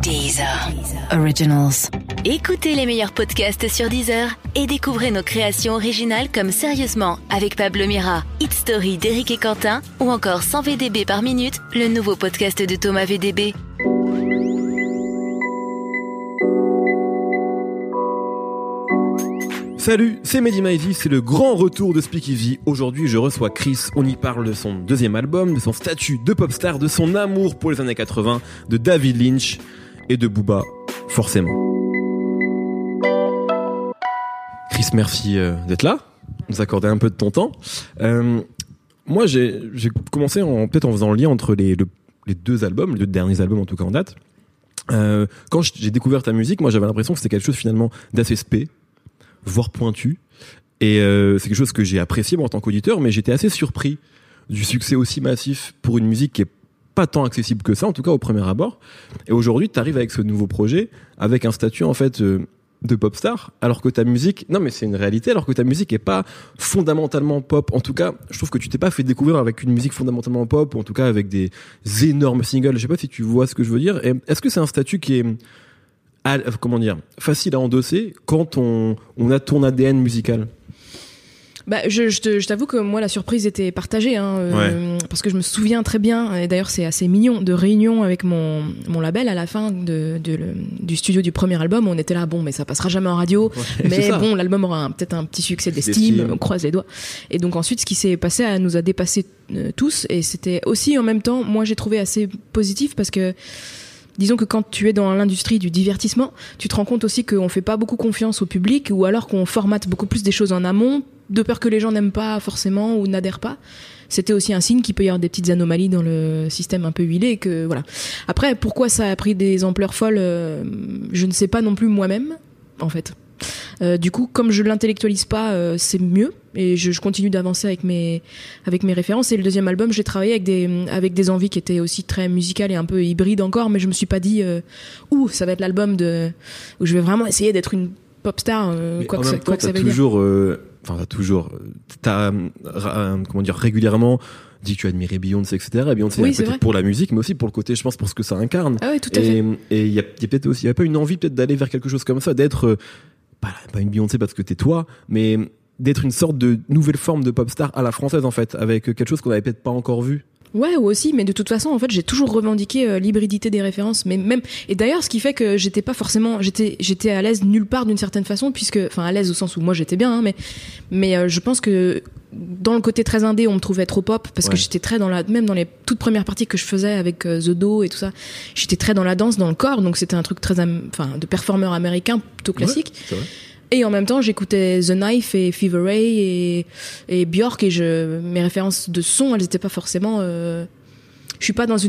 Deezer Originals. Écoutez les meilleurs podcasts sur Deezer et découvrez nos créations originales comme Sérieusement avec Pablo Mira, Hit Story d'Éric et Quentin ou encore 100 VDB par minute, le nouveau podcast de Thomas VDB. Salut, c'est Mehdi Maizy, c'est le grand retour de Speakeasy. Aujourd'hui, je reçois Chris. On y parle de son deuxième album, de son statut de pop star, de son amour pour les années 80, de David Lynch et de Booba, forcément. Chris, merci d'être là, nous accorder un peu de ton temps. Moi, j'ai commencé peut-être en faisant le lien entre les deux albums, les deux derniers albums en tout cas en date. Quand j'ai découvert ta musique, moi j'avais l'impression que c'était quelque chose finalement d'assez spé, voire pointu, et c'est quelque chose que j'ai apprécié moi en tant qu'auditeur, mais j'étais assez surpris du succès aussi massif pour une musique qui est pas tant accessible que ça, en tout cas au premier abord. Et aujourd'hui tu arrives avec ce nouveau projet avec un statut en fait de pop star, alors que ta musique, non mais c'est une réalité, alors que ta musique est pas fondamentalement pop. En tout cas je trouve que tu t'es pas fait découvrir avec une musique fondamentalement pop, ou en tout cas avec des énormes singles. Je sais pas si tu vois ce que je veux dire. Et est-ce que c'est un statut qui est facile à endosser quand on a ton ADN musical? Je t'avoue que moi la surprise était partagée, parce que je me souviens très bien, et d'ailleurs c'est assez mignon, de réunions avec mon label à la fin du studio du premier album. On était là, bon mais ça passera jamais en radio, mais bon l'album aura peut-être un petit succès d'estime, on croise les doigts. Et donc ensuite ce qui s'est passé nous a dépassé tous, et c'était aussi en même temps, moi j'ai trouvé assez positif, parce que disons que quand tu es dans l'industrie du divertissement, tu te rends compte aussi qu'on fait pas beaucoup confiance au public, ou alors qu'on formate beaucoup plus des choses en amont, de peur que les gens n'aiment pas forcément ou n'adhèrent pas. C'était aussi un signe qu'il peut y avoir des petites anomalies dans le système un peu huilé, et que voilà. Après, pourquoi ça a pris des ampleurs folles, je ne sais pas non plus moi-même, en fait. Du coup, comme je l'intellectualise pas, c'est mieux, et je continue d'avancer avec mes références. Et le deuxième album, j'ai travaillé avec des envies qui étaient aussi très musicales et un peu hybrides encore, mais je me suis pas dit ça va être l'album où je vais vraiment essayer d'être une pop star, quoi que ça veut dire. T'as régulièrement dit que tu admirais Beyoncé, etc. Et Beyoncé, peut-être vrai, pour la musique, mais aussi pour le côté, je pense, pour ce que ça incarne. Ah ouais, tout à fait. Et il y a peut-être aussi, il y a pas une envie peut-être d'aller vers quelque chose comme ça, d'être pas une Beyoncé parce que t'es toi, mais d'être une sorte de nouvelle forme de pop star à la française en fait, avec quelque chose qu'on avait peut-être pas encore vu. Ouais, ou aussi, mais de toute façon, en fait, j'ai toujours revendiqué l'hybridité des références, mais même, et d'ailleurs, ce qui fait que j'étais pas forcément, j'étais à l'aise nulle part d'une certaine façon, puisque, enfin, à l'aise au sens où moi j'étais bien, mais je pense que dans le côté très indé, on me trouvait trop pop, parce que j'étais très même dans les toutes premières parties que je faisais avec The Do et tout ça, j'étais très dans la danse, dans le corps, donc c'était un truc très, de performeur américain, plutôt classique. Ouais, c'est vrai. Et en même temps, j'écoutais The Knife et Fever Ray et Björk, et mes références de son, elles étaient pas forcément, je suis pas dans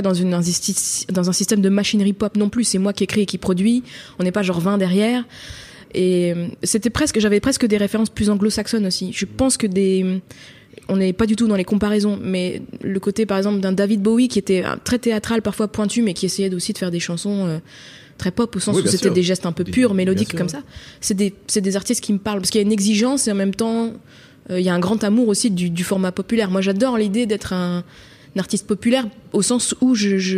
un système de machinerie pop non plus, c'est moi qui écris et qui produit, on n'est pas genre 20 derrière. Et j'avais presque des références plus anglo-saxonnes aussi. Je pense que on n'est pas du tout dans les comparaisons, mais le côté par exemple d'un David Bowie qui était très théâtral, parfois pointu, mais qui essayait aussi de faire des chansons très pop, au sens où c'était des gestes un peu purs, mélodiques comme ça. C'est des artistes qui me parlent, parce qu'il y a une exigence, et en même temps il y a un grand amour aussi du format populaire. Moi j'adore l'idée d'être un artiste populaire, au sens où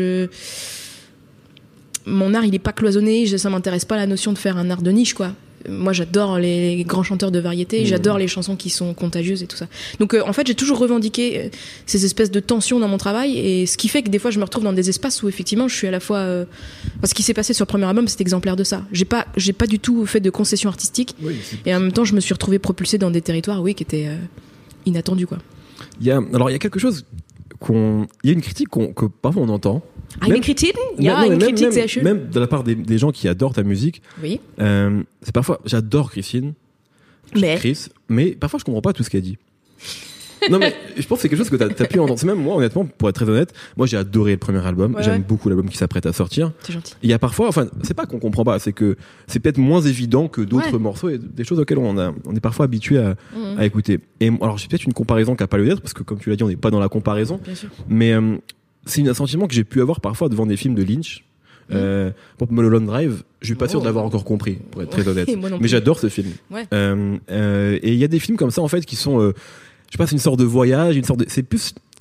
mon art il est pas cloisonné, ça m'intéresse pas la notion de faire un art de niche, quoi. Moi j'adore les grands chanteurs de variété, j'adore les chansons qui sont contagieuses et tout ça. Donc en fait j'ai toujours revendiqué ces espèces de tensions dans mon travail, et ce qui fait que des fois je me retrouve dans des espaces où effectivement je suis à la fois ce qui s'est passé sur le premier album, c'est exemplaire de ça. J'ai pas du tout fait de concessions artistiques, et en même temps je me suis retrouvée propulsée dans des territoires qui étaient inattendus, quoi. Il y a quelque chose il y a une critique que parfois on entend. Une critique, c'est sûr. Même de la part des gens qui adorent ta musique. Oui. C'est parfois, j'adore Christine, Chris, mais parfois je comprends pas tout ce qu'elle dit. Non mais je pense que c'est quelque chose que t'as pu entendre. C'est même moi, honnêtement, pour être très honnête, moi j'ai adoré le premier album. J'aime beaucoup l'album qui s'apprête à sortir. C'est gentil. Il y a parfois, c'est pas qu'on comprend pas, c'est que c'est peut-être moins évident que d'autres morceaux, et des choses auxquelles on est parfois habitué à écouter. Et alors j'ai peut-être une comparaison qui a pas lieu d'être, parce que comme tu l'as dit, on n'est pas dans la comparaison. Bien sûr. Mais c'est un sentiment que j'ai pu avoir parfois devant des films de Lynch. Pour Mulholland Drive, je suis pas sûr de l'avoir encore compris, pour être très honnête. Mais j'adore ce film. Ouais. Et il y a des films comme ça en fait qui sont, je sais pas, c'est une sorte de voyage, c'est plus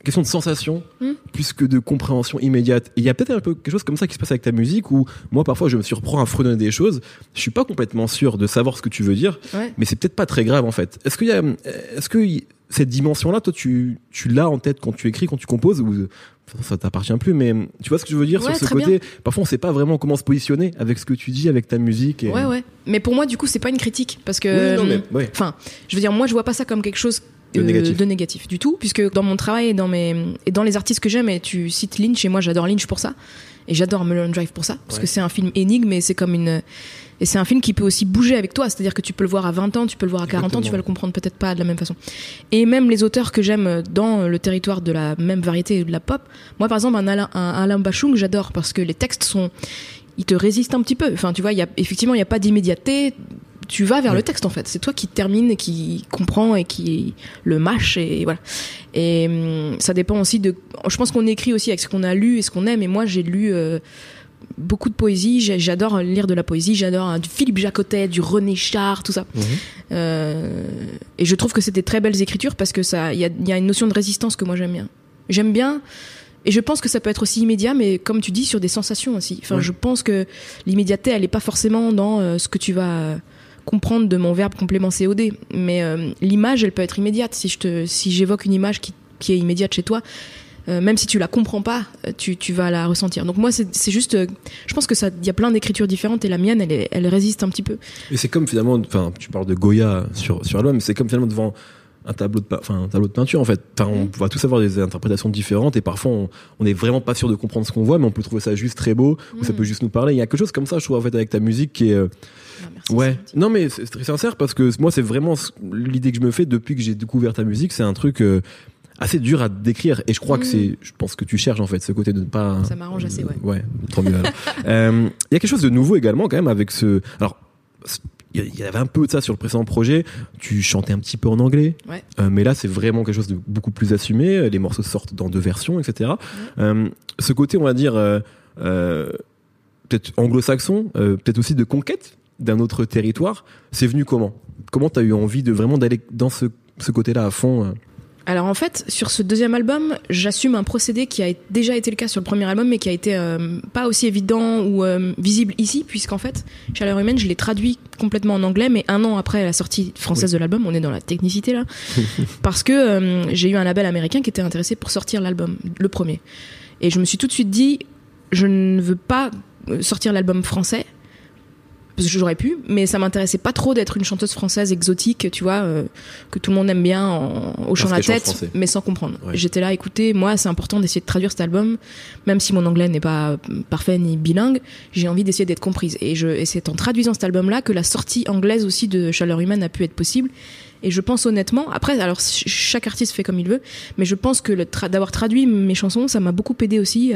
question de sensation plus que de compréhension immédiate. Et il y a peut-être un peu quelque chose comme ça qui se passe avec ta musique où moi parfois je me surprends à fredonner des choses, je suis pas complètement sûr de savoir ce que tu veux dire, mais c'est peut-être pas très grave en fait. Est-ce que cette dimension-là, toi tu l'as en tête quand tu écris, quand tu composes, ou ça t'appartient plus, mais tu vois ce que je veux dire sur ce côté bien. Parfois on sait pas vraiment comment se positionner avec ce que tu dis, avec ta musique. Ouais. Mais pour moi du coup c'est pas une critique parce que enfin je veux dire moi je vois pas ça comme quelque chose de négatif du tout, puisque dans mon travail et dans les artistes que j'aime, et tu cites Lynch, et moi j'adore Lynch pour ça, et j'adore Mulholland Drive pour ça, parce que c'est un film énigme, et c'est un film qui peut aussi bouger avec toi, c'est-à-dire que tu peux le voir à 20 ans, tu peux le voir à 40 ans, tu vas le comprendre peut-être pas de la même façon. Et même les auteurs que j'aime dans le territoire de la même variété de la pop, moi par exemple un Alain Bachung j'adore, parce que les textes ils te résistent un petit peu, enfin tu vois, il y a pas d'immédiateté, tu vas vers le texte en fait, c'est toi qui termine et qui comprend et qui le mâche, et voilà. Et ça dépend aussi je pense qu'on écrit aussi avec ce qu'on a lu et ce qu'on aime, et moi j'ai lu beaucoup de poésie, j'adore lire de la poésie, j'adore du Philippe Jacotet, du René Char, tout ça. Et je trouve que c'est des très belles écritures, parce que il y a une notion de résistance que moi j'aime bien. Et je pense que ça peut être aussi immédiat, mais comme tu dis, sur des sensations aussi. Enfin, je pense que l'immédiateté, elle est pas forcément dans ce que tu vas comprendre de mon verbe complément COD, mais l'image, elle peut être immédiate. Si j'évoque une image qui est immédiate chez toi, même si tu la comprends pas, tu vas la ressentir. Donc moi, c'est juste, je pense que il y a plein d'écritures différentes, et la mienne, elle résiste un petit peu. Et c'est comme finalement, enfin, tu parles de Goya sur l'album, c'est comme finalement devant un tableau de peinture en fait. Enfin, on va tous avoir des interprétations différentes, et parfois on est vraiment pas sûr de comprendre ce qu'on voit, mais on peut trouver ça juste très beau, ou ça peut juste nous parler. Il y a quelque chose comme ça, je trouve, en fait, avec ta musique qui est merci, non mais c'est très sincère, parce que moi c'est vraiment l'idée que je me fais depuis que j'ai découvert ta musique. C'est un truc assez dur à décrire, et je crois que je pense que tu cherches en fait ce côté de ne pas. Ça m'arrange assez, ouais, trop mieux. Il y a quelque chose de nouveau également quand même avec alors il y avait un peu de ça sur le précédent projet, tu chantais un petit peu en anglais, mais là c'est vraiment quelque chose de beaucoup plus assumé, les morceaux sortent dans 2 versions, etc. Ce côté, on va dire peut-être anglo-saxon, peut-être aussi de conquête d'un autre territoire, c'est venu comment t'as eu envie de vraiment d'aller dans ce côté-là à fond? Alors en fait, sur ce deuxième album, j'assume un procédé qui a déjà été le cas sur le premier album, mais qui a été pas aussi évident ou visible ici, puisqu'en fait, Chaleur Humaine, je l'ai traduit complètement en anglais, mais 1 an après la sortie française de l'album. On est dans la technicité là, parce que j'ai eu un label américain qui était intéressé pour sortir l'album, le premier, et je me suis tout de suite dit, je ne veux pas sortir l'album français, parce que j'aurais pu, mais ça m'intéressait pas trop d'être une chanteuse française exotique, tu vois, que tout le monde aime bien, au chant de la tête, mais sans comprendre. J'étais là, écoutez, moi c'est important d'essayer de traduire cet album, même si mon anglais n'est pas parfait ni bilingue, j'ai envie d'essayer d'être comprise. Et c'est en traduisant cet album-là que la sortie anglaise aussi de Chaleur Humaine a pu être possible. Et je pense honnêtement, après, alors chaque artiste fait comme il veut, mais je pense que d'avoir traduit mes chansons, ça m'a beaucoup aidé aussi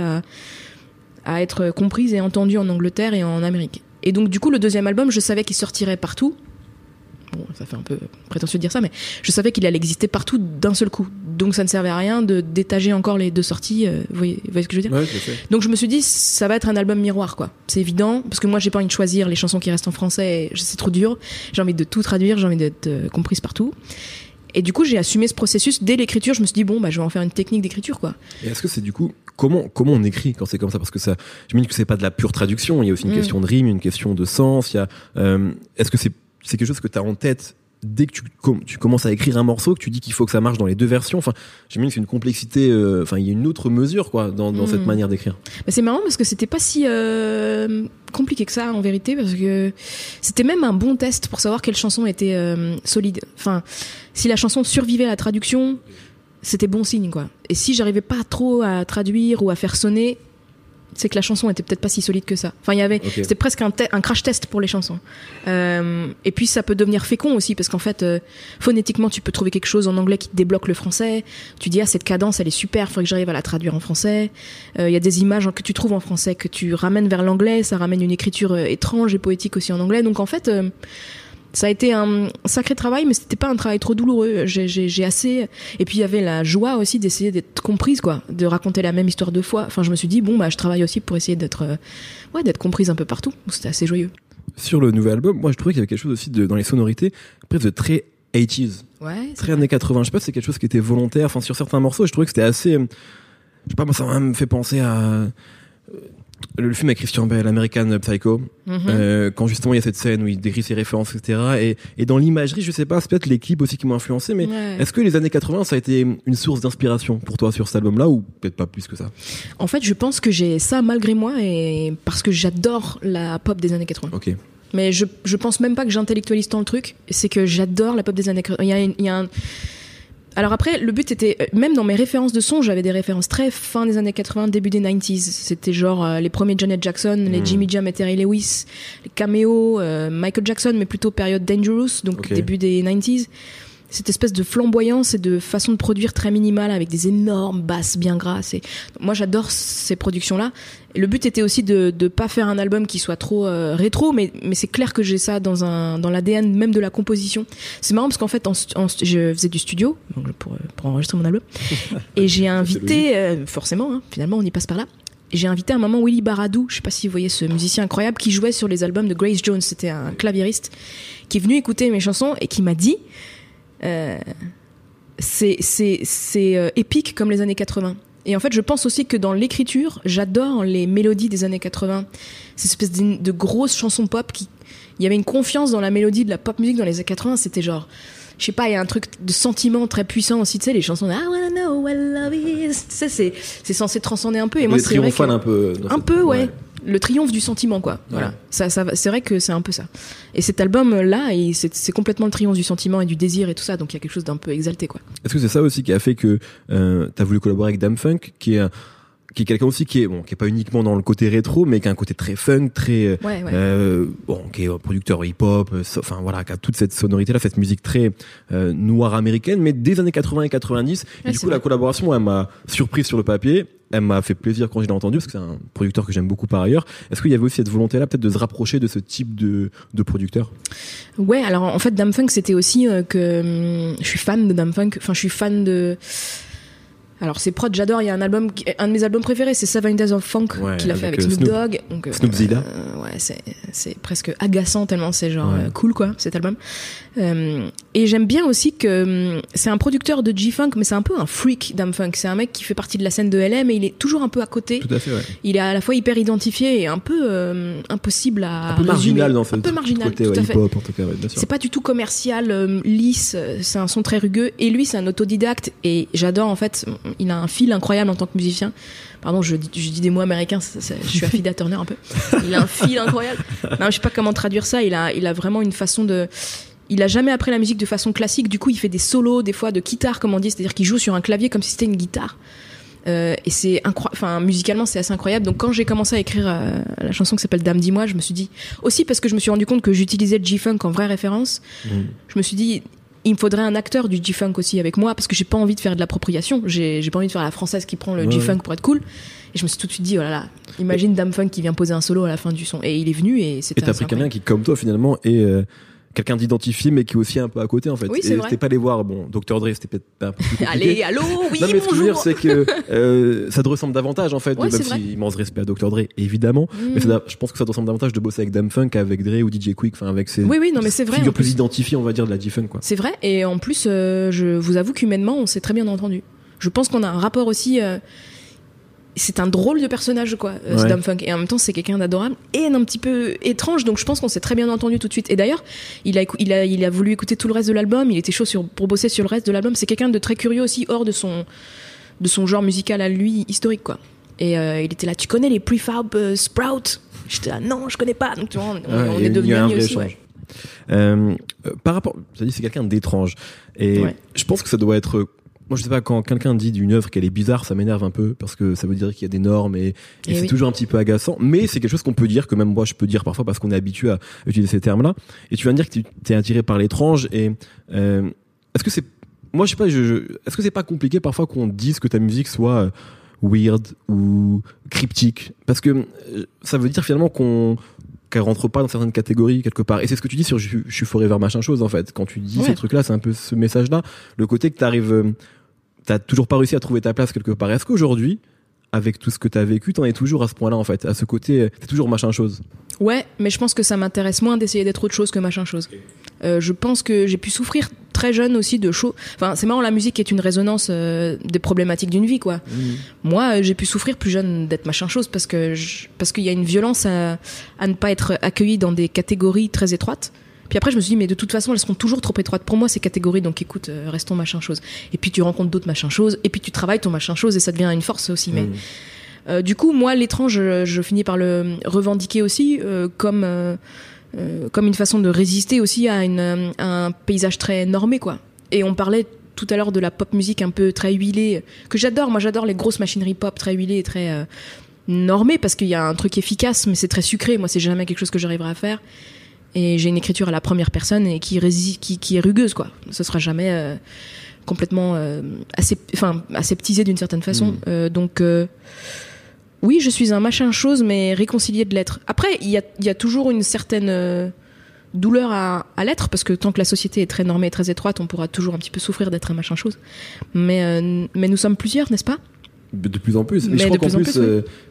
à être comprise et entendue en Angleterre et en Amérique. Et donc du coup le deuxième album, je savais qu'il sortirait partout. Bon, ça fait un peu prétentieux de dire ça, mais je savais qu'il allait exister partout d'un seul coup. Donc ça ne servait à rien de d'étager encore les 2 sorties. Vous voyez ce que je veux dire? Ouais, tout à fait. Donc je me suis dit, ça va être un album miroir, quoi. C'est évident, parce que moi j'ai pas envie de choisir les chansons qui restent en français, c'est trop dur. J'ai envie de tout traduire, j'ai envie d'être comprise partout. Et du coup, j'ai assumé ce processus dès l'écriture. Je me suis dit, bon, je vais en faire une technique d'écriture, quoi. Et est-ce que c'est du coup, comment on écrit quand c'est comme ça? Parce que ça, je me dis que c'est pas de la pure traduction. Il y a aussi une question de rime, une question de sens. Est-ce que c'est quelque chose que t'as en tête dès que tu commences à écrire un morceau, que tu dis qu'il faut que ça marche dans les 2 versions? Enfin, j'imagine que c'est une complexité, il y a une autre mesure, quoi, dans cette manière d'écrire. C'est marrant parce que c'était pas si compliqué que ça, en vérité, parce que c'était même un bon test pour savoir quelle chanson était solide. Enfin, si la chanson survivait à la traduction, c'était bon signe, quoi. Et si j'arrivais pas trop à traduire ou à faire sonner, c'est que la chanson était peut-être pas si solide que ça. Enfin, c'était presque un crash test pour les chansons. Et puis ça peut devenir fécond aussi, parce qu'en fait, phonétiquement, tu peux trouver quelque chose en anglais qui te débloque le français. Tu dis, cette cadence, elle est super, faudrait que j'arrive à la traduire en français. Il y a des images que tu trouves en français que tu ramènes vers l'anglais, ça ramène une écriture étrange et poétique aussi en anglais. Donc en fait, ça a été un sacré travail, mais c'était pas un travail trop douloureux. J'ai assez. Et puis il y avait la joie aussi d'essayer d'être comprise, quoi, de raconter la même histoire 2 fois. Enfin, je me suis dit, je travaille aussi pour essayer d'être comprise un peu partout. C'était assez joyeux. Sur le nouvel album, moi je trouvais qu'il y avait quelque chose aussi dans les sonorités, presque de très 80s. Ouais. Très années 80. Je sais pas si c'est quelque chose qui était volontaire. Enfin, sur certains morceaux, je trouvais que c'était assez. Je sais pas, moi, ça m'a même fait penser à. Le film avec Christian Bale, American Psycho, quand justement il y a cette scène où il décrit ses références, etc. Et dans l'imagerie, je sais pas, c'est peut-être les clips aussi qui m'ont influencé, mais est-ce que les années 80, ça a été une source d'inspiration pour toi sur cet album-là, ou peut-être pas plus que ça? En fait, je pense que j'ai ça malgré moi, et parce que j'adore la pop des années 80. Ok. Mais je pense même pas que j'intellectualise tant le truc, c'est que j'adore la pop des années 80. Il y a un... Alors après, le but était, même dans mes références de son, j'avais des références très fin des années 80, début des 90s. C'était genre les premiers Janet Jackson, les Jimmy Jam et Terry Lewis, les caméos, Michael Jackson, mais plutôt période Dangerous, donc début des 90s. Cette espèce de flamboyance et de façon de produire très minimale avec des énormes basses bien grasses. Et moi, j'adore ces productions-là. Et le but était aussi de pas faire un album qui soit trop rétro, mais c'est clair que j'ai ça dans l'ADN même de la composition. C'est marrant parce qu'en fait, je faisais du studio pour enregistrer mon album, et j'ai invité, forcément, hein, finalement, on y passe par là. J'ai invité à un moment Willy Baradou, je sais pas si vous voyez ce musicien incroyable qui jouait sur les albums de Grace Jones. C'était un claviériste qui est venu écouter mes chansons et qui m'a dit. C'est épique comme les années 80. Et en fait, je pense aussi que dans l'écriture, j'adore les mélodies des années 80. Cette espèce de grosses chansons pop il y avait une confiance dans la mélodie de la pop musique dans les années 80. C'était genre, je sais pas, il y a un truc de sentiment très puissant aussi, tu sais, les chansons de I wanna know what love is. Tu sais, c'est censé transcender un peu. Et moi, c'est vrai que un peu, ouais. Le triomphe du sentiment, quoi. Voilà. Ça, c'est vrai que c'est un peu ça. Et cet album-là, c'est complètement le triomphe du sentiment et du désir et tout ça, donc il y a quelque chose d'un peu exalté, quoi. Est-ce que c'est ça aussi qui a fait que t'as voulu collaborer avec Dame Funk, qui est quelqu'un aussi qui est pas uniquement dans le côté rétro, mais qui a un côté très funk, très qui est producteur hip-hop, enfin voilà, qui a toute cette sonorité-là, cette musique très noire américaine, mais des années 80 et 90. Et du coup, la collaboration, elle m'a surprise sur le papier. Elle m'a fait plaisir quand je l'ai entendu, parce que c'est un producteur que j'aime beaucoup par ailleurs. Est-ce qu'il y avait aussi cette volonté-là, peut-être, de se rapprocher de ce type de producteur? Ouais, alors en fait, Dame Funk, c'était aussi que je suis fan de Dame Funk. Enfin, je suis fan de... Alors c'est prod, j'adore. Il y a un de mes albums préférés, c'est 7 Days of Funk, qu'il a fait avec Snoop Dogg. Donc, Snoop Zilla. Ouais, c'est presque agaçant tellement c'est genre cool, quoi, cet album. Et j'aime bien aussi que c'est un producteur de G-Funk, mais c'est un peu un freak, Dame Funk. C'est un mec qui fait partie de la scène de LA, mais il est toujours un peu à côté. Tout à fait, ouais. Il est à la fois hyper identifié et un peu impossible à un peu résumer. Marginal dans ce côté, tout à fait. hip-hop, en tout cas, ouais, bien sûr. C'est pas du tout commercial, lisse, c'est un son très rugueux. Et lui, c'est un autodidacte, et j'adore, en fait, il a un fil incroyable en tant que musicien. Pardon, je dis des mots américains, je suis Affida Turner un peu. Il a un fil incroyable. Non, je sais pas comment traduire ça. Il a vraiment une façon de... Il a jamais appris la musique de façon classique. Du coup, il fait des solos, des fois de guitare, comme on dit, c'est-à-dire qu'il joue sur un clavier comme si c'était une guitare. Et c'est enfin, musicalement, c'est assez incroyable. Donc, quand j'ai commencé à écrire la chanson qui s'appelle Dame, dis-moi, je me suis dit, aussi parce que je me suis rendu compte que j'utilisais le G-Funk en vraie référence, je me suis dit, il me faudrait un acteur du G-Funk aussi avec moi, parce que j'ai pas envie de faire de l'appropriation. J'ai pas envie de faire la française qui prend le G-Funk pour être cool. Et je me suis tout de suite dit, oh là là, imagine Dame Funk qui vient poser un solo à la fin du son. Et il est venu, et c'était... Et t'as pris quelqu'un qui, comme toi, finalement, est quelqu'un d'identifié, mais qui est aussi un peu à côté, en fait. Oui, c'est vrai. C'était pas les voir, bon, Dr. Dre, c'était peut-être un peu plus compliqué. Allez, allô, oui, non, mais bonjour. ce que je veux dire, c'est que ça te ressemble davantage, en fait, Ouais, même si immense respect à Dr. Dre, évidemment, mais je pense que ça te ressemble davantage de bosser avec Dame Funk, avec Dre ou DJ Quick, enfin, avec ces non, mais c'est vrai, figures plus identifiées, on va dire, de la G-Funk, quoi. C'est vrai, et en plus, je vous avoue qu'humainement, on s'est très bien entendu. Je pense qu'on a un rapport aussi... c'est un drôle de personnage, quoi, ce Dame Funk, et en même temps c'est quelqu'un d'adorable et un petit peu étrange, donc je pense qu'on s'est très bien entendu tout de suite. Et d'ailleurs il a voulu écouter tout le reste de l'album, il était chaud pour bosser sur le reste de l'album. C'est quelqu'un de très curieux aussi, hors de son genre musical à lui, historique, quoi. Et il était là, tu connais les Prefab Sprout? J'étais là, non, je connais pas. Donc tu vois, on est devenus amis aussi, par rapport, ça dit, c'est quelqu'un d'étrange, et je pense que ça doit être... Moi, je sais pas, quand quelqu'un dit d'une œuvre qu'elle est bizarre, ça m'énerve un peu, parce que ça veut dire qu'il y a des normes, et c'est toujours un petit peu agaçant. Mais c'est quelque chose qu'on peut dire, que même moi je peux dire parfois, parce qu'on est habitué à utiliser ces termes-là. Et tu viens de dire que tu t'es attiré par l'étrange, et est-ce que c'est... Moi, je sais pas, est-ce que c'est pas compliqué parfois qu'on dise que ta musique soit weird ou cryptique? Parce que ça veut dire finalement qu'elle rentre pas dans certaines catégories quelque part. Et c'est ce que tu dis sur je suis forever machin chose, en fait. Quand tu dis ces trucs-là, c'est un peu ce message-là. Le côté que t'as toujours pas réussi à trouver ta place quelque part. Est-ce qu'aujourd'hui, avec tout ce que t'as vécu, t'en es toujours à ce point-là, en fait, à ce côté, t'es toujours machin chose? Ouais, mais je pense que ça m'intéresse moins d'essayer d'être autre chose que machin chose. Je pense que j'ai pu souffrir très jeune aussi de chaud. Enfin, c'est marrant, la musique est une résonance des problématiques d'une vie, quoi. Moi, j'ai pu souffrir plus jeune d'être machin chose parce qu'il y a une violence à ne pas être accueilli dans des catégories très étroites. Puis après, je me suis dit, mais de toute façon, elles seront toujours trop étroites pour moi, ces catégories, donc écoute, restons machin chose. Et puis tu rencontres d'autres machin choses, et puis tu travailles ton machin chose, et ça devient une force aussi. Mais du coup, moi, l'étrange, je finis par le revendiquer aussi comme une façon de résister aussi à un paysage très normé, quoi. Et on parlait tout à l'heure de la pop musique un peu très huilée, que j'adore. Moi, j'adore les grosses machineries pop très huilées et très normées, parce qu'il y a un truc efficace, mais c'est très sucré. Moi, c'est jamais quelque chose que j'arriverai à faire. Et j'ai une écriture à la première personne et qui est rugueuse, quoi. Ce sera jamais complètement aseptisé d'une certaine façon. Donc oui, je suis un machin chose, mais réconcilié de l'être. Après, il y a toujours une certaine douleur à l'être, parce que tant que la société est très normée et très étroite, on pourra toujours un petit peu souffrir d'être un machin chose. Mais nous sommes plusieurs, n'est-ce pas ? De plus en plus. Mais je crois qu'en plus,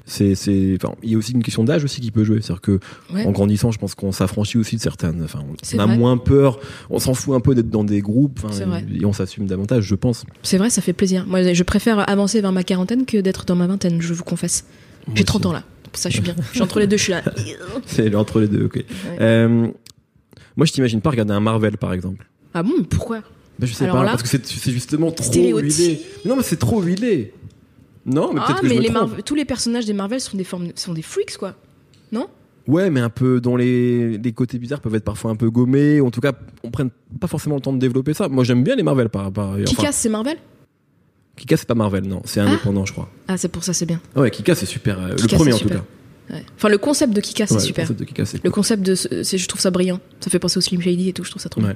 il y a aussi une question d'âge aussi qui peut jouer. C'est-à-dire que, en grandissant, je pense qu'on s'affranchit aussi de certaines. Enfin, on a moins peur. On s'en fout un peu d'être dans des groupes. Et on s'assume davantage, je pense. C'est vrai, ça fait plaisir. Moi, je préfère avancer vers ma quarantaine que d'être dans ma vingtaine, je vous confesse. J'ai 30 ans là. Pour ça, je suis bien. Je suis entre les deux, je suis là. C'est entre les deux, ok. Ouais. Moi, je t'imagine pas regarder un Marvel, par exemple. Ah bon, pourquoi ? Je sais pas, parce que c'est justement trop huilé. Non, mais c'est trop huilé. Non, mais peut-être que je me trompe. Tous les personnages des Marvel sont des freaks, quoi. Non ? Ouais, mais un peu dont les côtés bizarres peuvent être parfois un peu gommés. En tout cas, on prenne pas forcément le temps de développer ça. Moi, j'aime bien les Marvel. Kick-Ass, c'est Marvel ? Kick-Ass, c'est pas Marvel, non. C'est indépendant, je crois. Ah, c'est pour ça, c'est bien. Ouais, Kick-Ass, c'est super. Le premier, en tout cas. Ouais. Enfin, le concept de Kick-Ass, c'est super. Le concept je trouve ça brillant. Ça fait penser au Slim Shady et tout. Je trouve ça trop bien.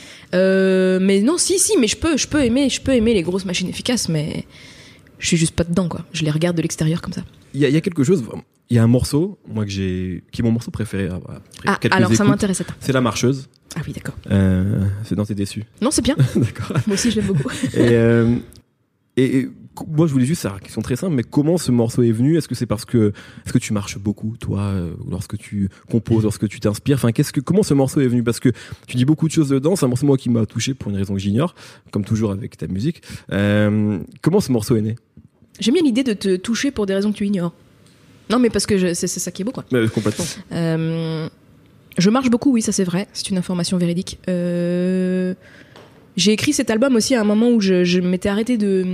Okay. Mais non, mais je peux aimer les grosses machines efficaces, mais je suis juste pas dedans, quoi. Je les regarde de l'extérieur comme ça. Il y a quelque chose. Il y a un morceau, moi qui est mon morceau préféré. Alors ça m'intéresse. C'est La Marcheuse. Ah oui, d'accord. C'est dans T'es déçu. Non, c'est bien. D'accord. Moi aussi, je l'aime beaucoup. Et moi, je voulais juste faire une question très simple, mais comment ce morceau est venu ? Est-ce que tu marches beaucoup, toi, lorsque tu composes, lorsque tu t'inspires ? Enfin, comment ce morceau est venu ? Parce que tu dis beaucoup de choses dedans. C'est un morceau, moi, qui m'a touché pour une raison que j'ignore, comme toujours avec ta musique. Comment ce morceau est né ? J'aime bien l'idée de te toucher pour des raisons que tu ignores. Non, mais parce que c'est ça qui est beau, quoi. Mais complètement. Je marche beaucoup, oui, ça c'est vrai. C'est une information véridique. J'ai écrit cet album aussi à un moment où je m'étais arrêtée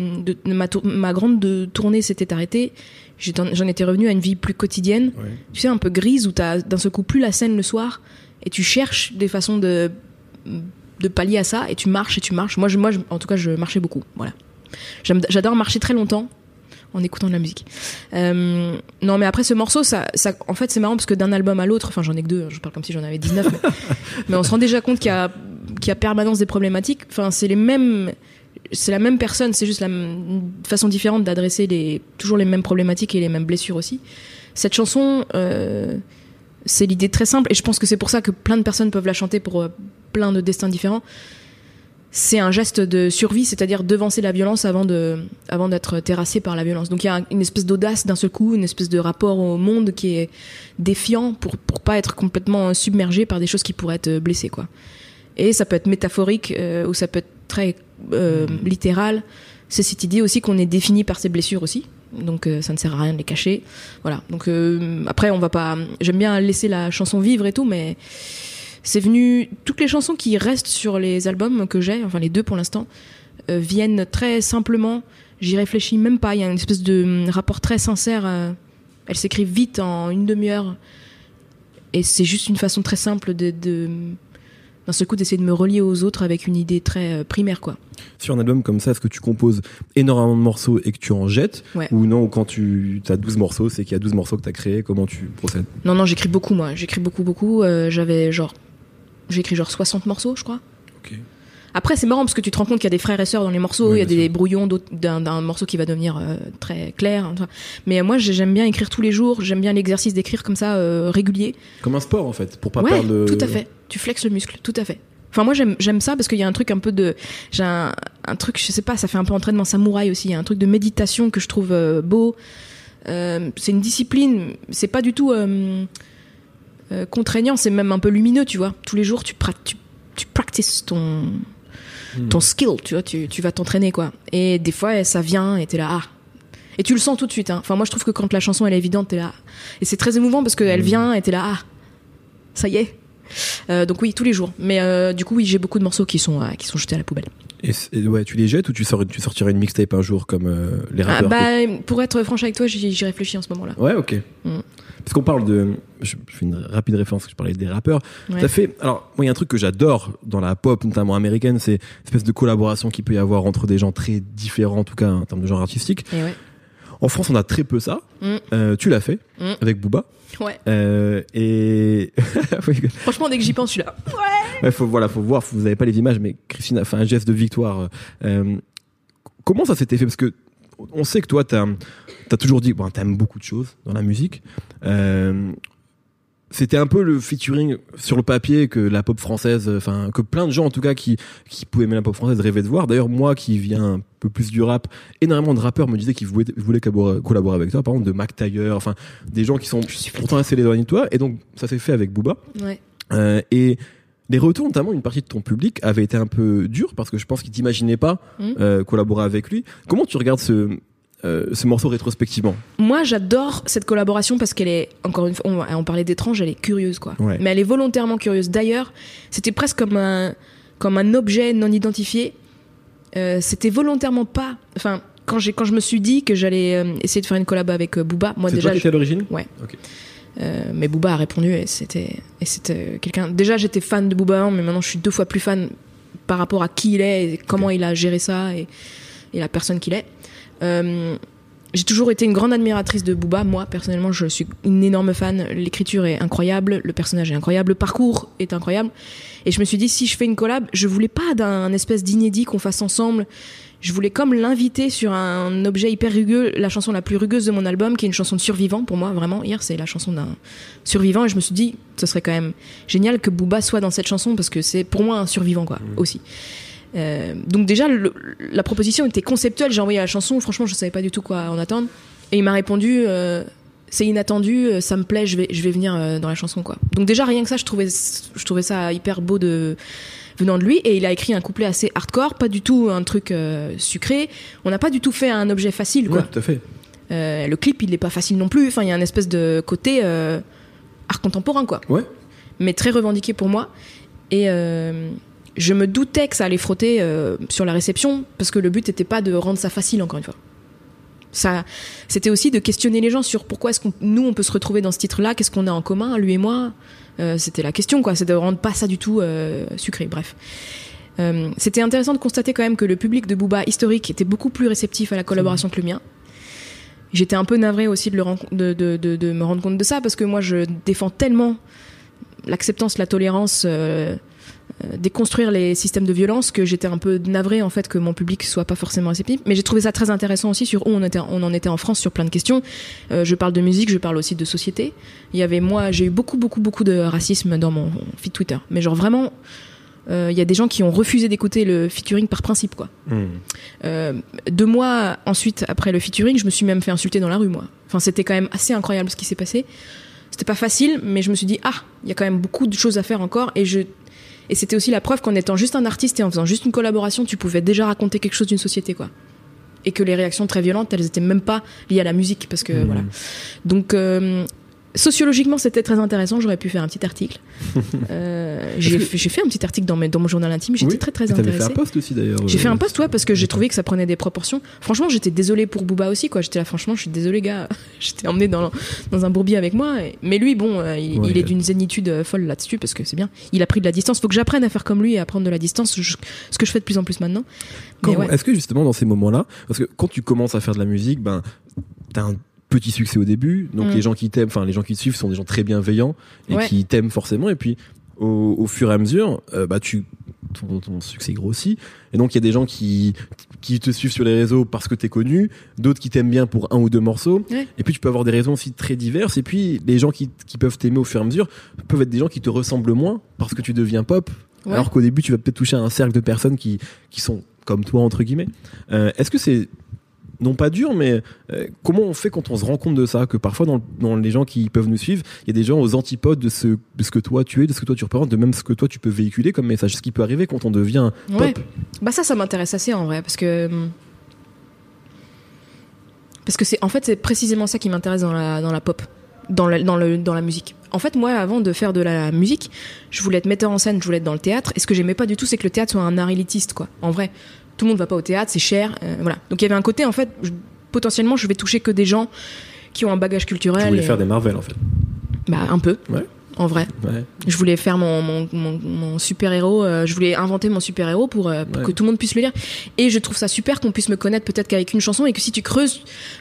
ma grande tournée s'était arrêtée. J'en étais revenue à une vie plus quotidienne. Ouais. Tu sais, un peu grise, où t'as d'un seul coup plus la scène le soir et tu cherches des façons de pallier à ça et tu marches. Moi, en tout cas, je marchais beaucoup. Voilà. J'adore marcher très longtemps en écoutant de la musique. Non, mais après ce morceau, ça, en fait, c'est marrant parce que d'un album à l'autre, enfin, j'en ai que 2, je parle comme si j'en avais 19, mais on se rend déjà compte qu'il y a permanence des problématiques. Enfin, c'est la même personne, c'est juste une façon différente d'adresser toujours les mêmes problématiques et les mêmes blessures aussi. Cette chanson, c'est l'idée très simple, et je pense que c'est pour ça que plein de personnes peuvent la chanter pour plein de destins différents. C'est un geste de survie, c'est-à-dire devancer la violence avant d'être terrassé par la violence. Donc il y a une espèce d'audace d'un seul coup, une espèce de rapport au monde qui est défiant pour pas être complètement submergé par des choses qui pourraient être blessées, quoi. Et ça peut être métaphorique ou ça peut être très littéral. C'est cette idée aussi qu'on est défini par ses blessures aussi. Donc ça ne sert à rien de les cacher. Voilà. Donc après on va pas. J'aime bien laisser la chanson vivre et tout, mais c'est venu. Toutes les chansons qui restent sur les albums que j'ai, enfin les 2 pour l'instant, viennent très simplement. J'y réfléchis même pas. Il y a une espèce de rapport très sincère. Elles s'écrivent vite en une demi-heure, et c'est juste une façon très simple d'un seul coup d'essayer de me relier aux autres avec une idée très primaire, quoi. Sur un album comme ça, est-ce que tu composes énormément de morceaux et que tu en jettes, ou non, ou quand tu as 12 morceaux, c'est qu'il y a 12 morceaux que tu as créés, comment tu procèdes ? Non, j'écris beaucoup, moi. J'écris beaucoup. J'ai écrit 60 morceaux, je crois. Ok. Après, c'est marrant parce que tu te rends compte qu'il y a des frères et sœurs dans les morceaux, il y a des brouillons d'un morceau qui va devenir très clair. Mais moi, j'aime bien écrire tous les jours, j'aime bien l'exercice d'écrire comme ça, régulier. Comme un sport, en fait, pour pas perdre de... tout à fait. Tu flexes le muscle, tout à fait. Enfin, moi, j'aime ça parce qu'il y a un truc un peu de... J'ai un truc, je sais pas, ça fait un peu entraînement samouraï aussi. Il y a un truc de méditation que je trouve beau. C'est une discipline, c'est pas du tout contraignant, c'est même un peu lumineux, tu vois. Tous les jours, tu practices ton skill, tu vois, tu vas t'entraîner, quoi. Et des fois, ça vient et t'es là, et tu le sens tout de suite, hein. Enfin, moi, je trouve que quand la chanson, elle est évidente, t'es là. Et c'est très émouvant parce qu'elle vient et t'es là, ça y est. Donc oui, tous les jours. Mais du coup, oui, j'ai beaucoup de morceaux qui sont jetés à la poubelle. Et ouais, tu les jettes ou tu sortirais une mixtape un jour comme les rappeurs Pour être franche avec toi, j'y réfléchis en ce moment-là. Ouais, ok. Parce qu'on parle je fais une rapide référence, je parlais des rappeurs. Ouais. Ça fait, alors, moi, il y a un truc que j'adore dans la pop, notamment américaine, c'est l'espèce de collaboration qu'il peut y avoir entre des gens très différents, en tout cas, en termes de genre artistique. Et ouais. En France, on a très peu ça. Tu l'as fait avec Booba. Ouais. Et franchement, dès que j'y pense, je suis là. Ouais. Faut voir. Vous n'avez pas les images, mais Christine a fait un geste de victoire. Comment ça s'était fait? Parce que on sait que toi, t'as toujours dit, t'aimes beaucoup de choses dans la musique. C'était un peu le featuring sur le papier que la pop française, enfin que plein de gens en tout cas qui pouvaient aimer la pop française rêvaient de voir. D'ailleurs, moi qui viens un peu plus du rap, énormément de rappeurs me disaient qu'ils voulaient collaborer avec toi. Par exemple, de Mac Taylor, enfin des gens qui sont pourtant assez éloignés de toi. Et donc ça s'est fait avec Booba. Ouais. Et les retours, notamment une partie de ton public, avaient été un peu durs parce que je pense qu'ils t'imaginaient pas collaborer avec lui. Comment tu regardes ce morceau rétrospectivement? Moi, j'adore cette collaboration parce qu'elle est, encore une fois, on parlait d'étrange, elle est curieuse, quoi. Ouais. Mais elle est volontairement curieuse. D'ailleurs, c'était presque comme un objet non identifié. C'était volontairement pas. Enfin, quand je me suis dit que j'allais essayer de faire une collab avec Booba, moi c'est déjà. C'est toi qui étais à l'origine? Ouais. Okay. Mais Booba a répondu et c'était quelqu'un. Déjà, j'étais fan de Booba, mais maintenant je suis 2 fois plus fan par rapport à qui il est et comment il a géré ça et la personne qu'il est. J'ai toujours été une grande admiratrice de Booba. Moi, personnellement, je suis une énorme fan. L'écriture est incroyable, le personnage est incroyable, le parcours est incroyable. Et je me suis dit, si je fais une collab, je voulais pas d'un espèce d'inédit qu'on fasse ensemble. Je voulais comme l'inviter sur un objet hyper rugueux, la chanson la plus rugueuse de mon album, qui est une chanson de survivant pour moi, vraiment. Hier, c'est la chanson d'un survivant. Et je me suis dit, ce serait quand même génial que Booba soit dans cette chanson, parce que c'est pour moi un survivant, quoi, aussi. Donc déjà la proposition était conceptuelle, j'ai envoyé la chanson, franchement je savais pas du tout quoi en attendre et il m'a répondu c'est inattendu, ça me plaît, je vais venir dans la chanson, quoi. Donc déjà rien que ça je trouvais ça hyper beau venant de lui, et il a écrit un couplet assez hardcore, pas du tout un truc sucré. On n'a pas du tout fait un objet facile, quoi. Ouais, tout à fait. Le clip il est pas facile non plus, enfin il y a un espèce de côté art contemporain, quoi. Ouais. Mais très revendiqué pour moi, et je me doutais que ça allait frotter sur la réception, parce que le but n'était pas de rendre ça facile, encore une fois. Ça, c'était aussi de questionner les gens sur pourquoi est-ce on peut se retrouver dans ce titre-là, qu'est-ce qu'on a en commun, lui et moi. C'était la question, quoi. C'est de rendre pas ça du tout sucré, bref. C'était intéressant de constater quand même que le public de Booba historique était beaucoup plus réceptif à la collaboration que le mien. J'étais un peu navrée aussi de me rendre compte de ça, parce que moi je défends tellement l'acceptance, la tolérance, déconstruire les systèmes de violence, que j'étais un peu navrée en fait que mon public soit pas forcément réceptif. Mais j'ai trouvé ça très intéressant aussi sur où on en était en France sur plein de questions. Je parle de musique, je parle aussi de société. J'ai eu beaucoup de racisme dans mon feed Twitter, mais genre vraiment il y a des gens qui ont refusé d'écouter le featuring par principe, quoi. 2 mois ensuite, après le featuring, je me suis même fait insulter dans la rue, moi. Enfin, c'était quand même assez incroyable ce qui s'est passé. C'était pas facile, mais je me suis dit il y a quand même beaucoup de choses à faire encore, et c'était aussi la preuve qu'en étant juste un artiste et en faisant juste une collaboration, tu pouvais déjà raconter quelque chose d'une société, quoi. Et que les réactions très violentes, elles étaient même pas liées à la musique, parce que voilà. Donc sociologiquement, c'était très intéressant. J'aurais pu faire un petit article. J'ai fait un petit article dans mon journal intime. J'étais très intéressée. T'avais fait un post aussi, d'ailleurs. J'ai fait un post, parce que j'ai trouvé que ça prenait des proportions. Franchement, j'étais désolée pour Booba aussi, quoi. J'étais là, franchement, je suis désolée, gars. J'étais emmenée dans un bourbier avec moi. Mais lui, bon, il est d'une zénitude folle là-dessus, parce que c'est bien. Il a pris de la distance. Faut que j'apprenne à faire comme lui et à prendre de la distance, ce que je fais de plus en plus maintenant. Est-ce que justement, dans ces moments-là, parce que quand tu commences à faire de la musique, t'as un petit succès au début, donc les gens qui t'aiment, enfin les gens qui te suivent sont des gens très bienveillants et qui t'aiment forcément, et puis au fur et à mesure ton succès grossit, et donc il y a des gens qui te suivent sur les réseaux parce que t'es connu, d'autres qui t'aiment bien pour 1 ou 2 morceaux, et puis tu peux avoir des raisons aussi très diverses, et puis les gens qui peuvent t'aimer au fur et à mesure peuvent être des gens qui te ressemblent moins parce que tu deviens pop, alors qu'au début tu vas peut-être toucher à un cercle de personnes qui sont comme toi, entre guillemets. Est-ce que c'est non pas dur, mais comment on fait quand on se rend compte de ça, que parfois dans les gens qui peuvent nous suivre, il y a des gens aux antipodes de ce que toi tu es, de ce que toi tu représentes, de même ce que toi tu peux véhiculer comme message, ce qui peut arriver quand on devient pop. Ouais. Bah ça m'intéresse assez en vrai, parce que c'est précisément ça qui m'intéresse dans la pop, dans la musique. En fait, moi, avant de faire de la musique, je voulais être metteur en scène, je voulais être dans le théâtre, et ce que j'aimais pas du tout, c'est que le théâtre soit un art élitiste, quoi. En vrai, tout le monde va pas au théâtre, c'est cher, voilà. Donc il y avait un côté, en fait, potentiellement, je vais toucher que des gens qui ont un bagage culturel. Tu voulais faire des Marvel, en fait. Bah, un peu. Ouais. En vrai. Ouais. Je voulais faire mon super-héros, je voulais inventer mon super-héros pour que tout le monde puisse le lire. Et je trouve ça super qu'on puisse me connaître peut-être qu'avec une chanson, et que si tu creuses,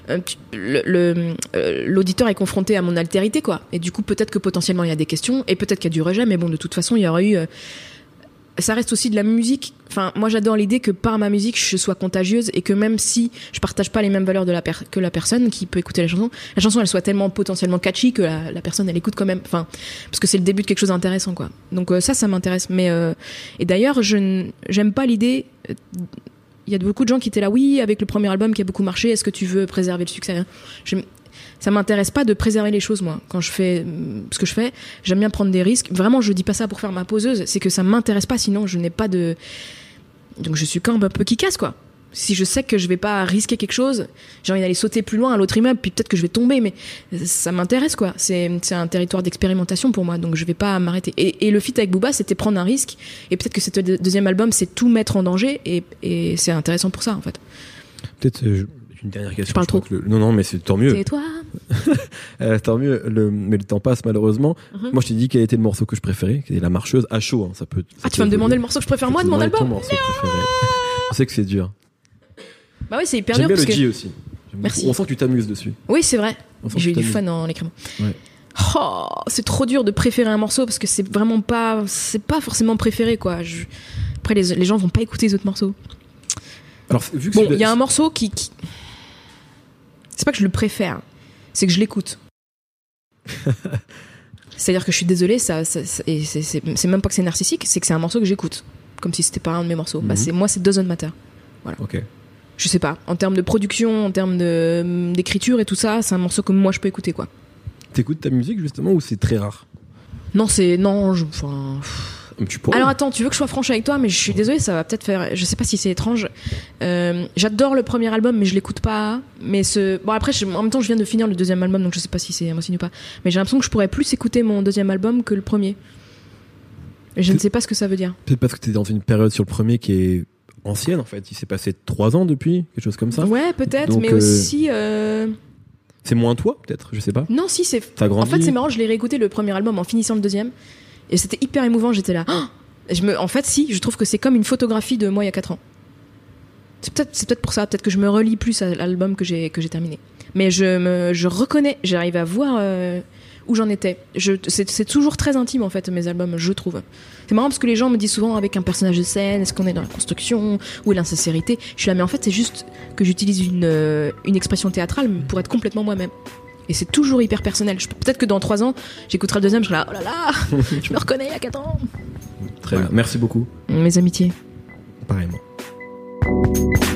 l'auditeur est confronté à mon altérité, quoi. Et du coup, peut-être que potentiellement il y a des questions, et peut-être qu'il y a du rejet, mais bon, de toute façon, il y aurait eu... ça reste aussi de la musique. Enfin, moi, j'adore l'idée que par ma musique, je sois contagieuse, et que même si je partage pas les mêmes valeurs que la personne qui peut écouter la chanson, elle soit tellement potentiellement catchy que la personne, elle écoute quand même. Enfin, parce que c'est le début de quelque chose d'intéressant, quoi. Donc ça m'intéresse. Mais et d'ailleurs, j'aime pas l'idée. Il y a beaucoup de gens qui étaient là, oui, avec le premier album qui a beaucoup marché, est-ce que tu veux préserver le succès? Ça m'intéresse pas de préserver les choses, moi. Quand je fais ce que je fais, j'aime bien prendre des risques. Vraiment, je dis pas ça pour faire ma poseuse, c'est que ça m'intéresse pas, sinon je n'ai pas de... Donc je suis quand même un peu qui casse, quoi. Si je sais que je vais pas risquer quelque chose, j'ai envie d'aller sauter plus loin à l'autre immeuble, puis peut-être que je vais tomber, mais ça m'intéresse, quoi. C'est un territoire d'expérimentation pour moi, donc je vais pas m'arrêter. Et le feat avec Booba, c'était prendre un risque, et peut-être que ce deuxième album, c'est tout mettre en danger, et c'est intéressant pour ça, en fait. Peut-être... une dernière question. Je parle trop. Non, mais c'est tant mieux. C'est toi. Tant mieux. Mais le temps passe malheureusement. Moi, je t'ai dit quel était le morceau que je préférais, qui est La Marcheuse à chaud. Hein, ça peut. Tu vas me demander le morceau que je préfère moi de mon album. Ton morceau préféré. Je sais que c'est dur. Bah oui, c'est hyper J'aime dur. bien parce le que... G aussi. Merci. On sent que tu t'amuses dessus. Oui, c'est vrai. J'ai eu du fun en l'écrivant. Ouais. Oh, c'est trop dur de préférer un morceau parce que c'est vraiment pas, forcément préféré, quoi. Après, les gens vont pas écouter les autres morceaux. Alors, vu que bon, il y a un morceau qui... C'est pas que je le préfère, c'est que je l'écoute. C'est-à-dire que je suis désolée, et c'est même pas que c'est narcissique, c'est que c'est un morceau que j'écoute, comme si c'était pas un de mes morceaux. Bah, moi, c'est Doesn't Matter. Voilà. Ok. Je sais pas, en termes de production, en termes d'écriture et tout ça, c'est un morceau que moi je peux écouter, quoi. T'écoutes ta musique justement ou c'est très rare? Non, Tu pourrais. Alors attends, tu veux que je sois franche avec toi, mais je suis désolée, ça va peut-être faire... Je sais pas si c'est étrange. J'adore le premier album, mais je l'écoute pas. Mais bon, après, en même temps, je viens de finir le deuxième album, donc je sais pas si c'est un signe ou pas. Mais j'ai l'impression que je pourrais plus écouter mon deuxième album que le premier. Et je ne sais pas ce que ça veut dire. Peut-être parce que t'es dans une période sur le premier qui est ancienne, en fait. Il s'est passé 3 ans depuis, quelque chose comme ça. Ouais, peut-être, donc, mais aussi... C'est moins toi, peut-être, je sais pas. Non, si, c'est... T'as grandi. En fait, c'est marrant, je l'ai réécouté le premier album en finissant le deuxième. Et c'était hyper émouvant, j'étais là. En fait, si, je trouve que c'est comme une photographie de moi il y a 4 ans. C'est peut-être pour ça, peut-être que je me relie plus à l'album que j'ai terminé. Mais je reconnais, j'arrive à voir où j'en étais. C'est toujours très intime, en fait, mes albums, je trouve. C'est marrant parce que les gens me disent souvent avec un personnage de scène, est-ce qu'on est dans la construction ou l'insincérité. Je suis là, mais en fait, c'est juste que j'utilise une expression théâtrale pour être complètement moi-même. Et c'est toujours hyper personnel. Peut-être que dans 3 ans, j'écouterai le deuxième, je serai là, oh là là, je me reconnais il y a 4 ans. Très bien, merci beaucoup. Mes amitiés. Pareillement.